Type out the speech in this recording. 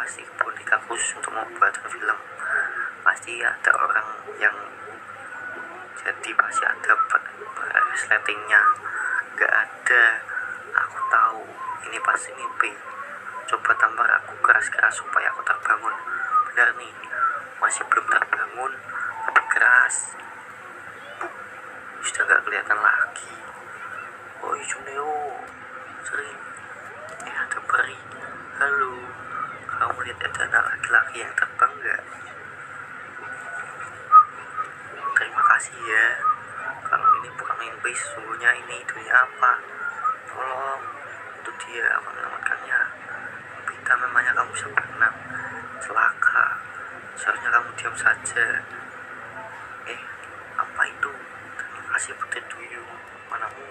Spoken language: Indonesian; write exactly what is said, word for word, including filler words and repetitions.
pasti boneka khusus untuk membuat film. Pasti ada orang yang jadi pasti ada resletingnya. Gak ada, aku tahu ini pasti mimpi. Coba tampar aku keras-keras supaya aku terbangun. Benar nih, masih belum terbangun tapi keras. Buk, sudah gak kelihatan lagi. Oh Juneo, sering. Eh ada peri. Halo, kamu lihat ada anak laki-laki yang terbang gak? Terima kasih ya. Kalau ini bukan mimpi, sesungguhnya ini dunia apa? Tolong, itu dia aku menyelamatkannya. Kita memangnya kamu bisa berenang. Celaka. Seharusnya kamu diam saja. Eh, apa itu? Terima kasih Putri Duyung. Mana